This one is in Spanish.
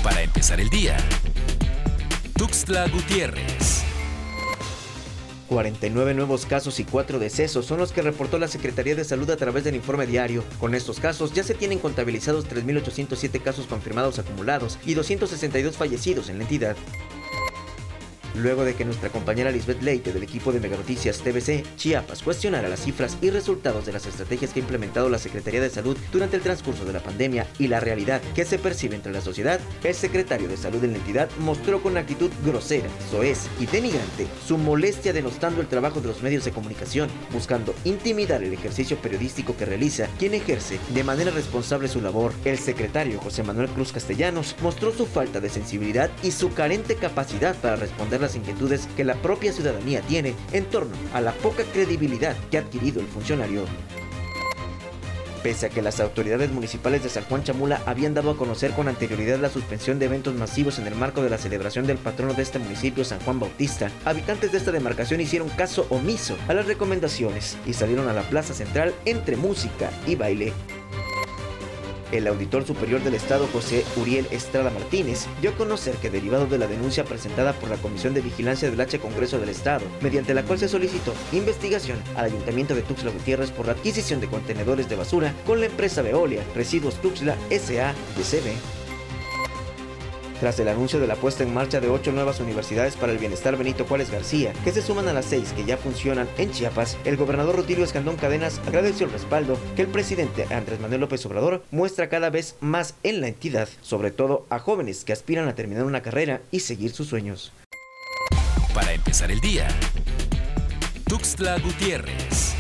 Para empezar el día, Tuxtla Gutiérrez. 49 nuevos casos y 4 decesos son los que reportó la Secretaría de Salud a través del informe diario. Con estos casos ya se tienen contabilizados 3.807 casos confirmados acumulados y 262 fallecidos en la entidad. Luego de que nuestra compañera Lisbeth Leite del equipo de Meganoticias TVC Chiapas cuestionara las cifras y resultados de las estrategias que ha implementado la Secretaría de Salud durante el transcurso de la pandemia y la realidad que se percibe entre la sociedad, el secretario de Salud en la entidad mostró con actitud grosera, soez y denigrante su molestia denostando el trabajo de los medios de comunicación, buscando intimidar el ejercicio periodístico que realiza quien ejerce de manera responsable su labor. El secretario José Manuel Cruz Castellanos mostró su falta de sensibilidad y su carente capacidad para responder las inquietudes que la propia ciudadanía tiene en torno a la poca credibilidad que ha adquirido el funcionario. Pese a que las autoridades municipales de San Juan Chamula habían dado a conocer con anterioridad la suspensión de eventos masivos en el marco de la celebración del patrono de este municipio, San Juan Bautista, habitantes de esta demarcación hicieron caso omiso a las recomendaciones y salieron a la plaza central entre música y baile. El auditor superior del Estado, José Uriel Estrada Martínez, dio a conocer que derivado de la denuncia presentada por la Comisión de Vigilancia del H Congreso del Estado, mediante la cual se solicitó investigación al Ayuntamiento de Tuxtla Gutiérrez por la adquisición de contenedores de basura con la empresa Veolia, Residuos Tuxtla S.A.de.C.V. Tras el anuncio de la puesta en marcha de 8 nuevas universidades para el bienestar Benito Juárez García, que se suman a las 6 que ya funcionan en Chiapas, el gobernador Rutilio Escandón Cadenas agradeció el respaldo que el presidente Andrés Manuel López Obrador muestra cada vez más en la entidad, sobre todo a jóvenes que aspiran a terminar una carrera y seguir sus sueños. Para empezar el día, Tuxtla Gutiérrez.